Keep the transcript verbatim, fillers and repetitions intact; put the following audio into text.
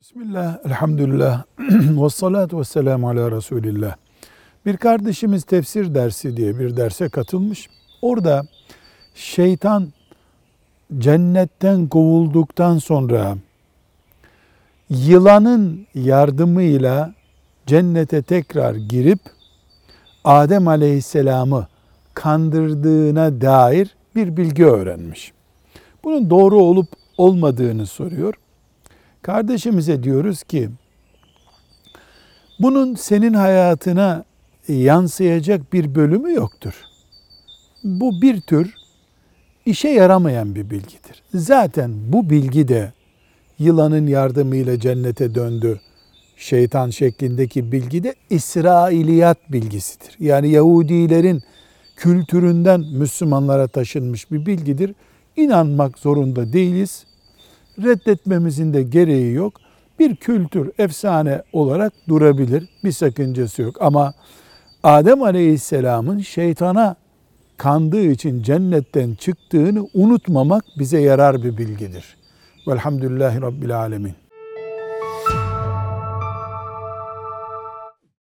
Bismillah, elhamdülillah, ve salatu ve selamu ala Resulillah. Bir kardeşimiz tefsir dersi diye bir derse katılmış. Orada şeytan cennetten kovulduktan sonra yılanın yardımıyla cennete tekrar girip Adem Aleyhisselam'ı kandırdığına dair bir bilgi öğrenmiş. Bunun doğru olup olmadığını soruyor. Kardeşimize diyoruz ki, bunun senin hayatına yansıyacak bir bölümü yoktur. Bu bir tür işe yaramayan bir bilgidir. Zaten bu bilgi de yılanın yardımıyla cennete döndü, şeytan şeklindeki bilgi de İsrailiyat bilgisidir. Yani Yahudilerin kültüründen Müslümanlara taşınmış bir bilgidir. İnanmak zorunda değiliz. Reddetmemizin de gereği yok. Bir kültür, efsane olarak durabilir. Bir sakıncası yok. Ama Adem Aleyhisselam'ın şeytana kandığı için cennetten çıktığını unutmamak bize yarar bir bilgidir. Velhamdülillahi Rabbil Alemin.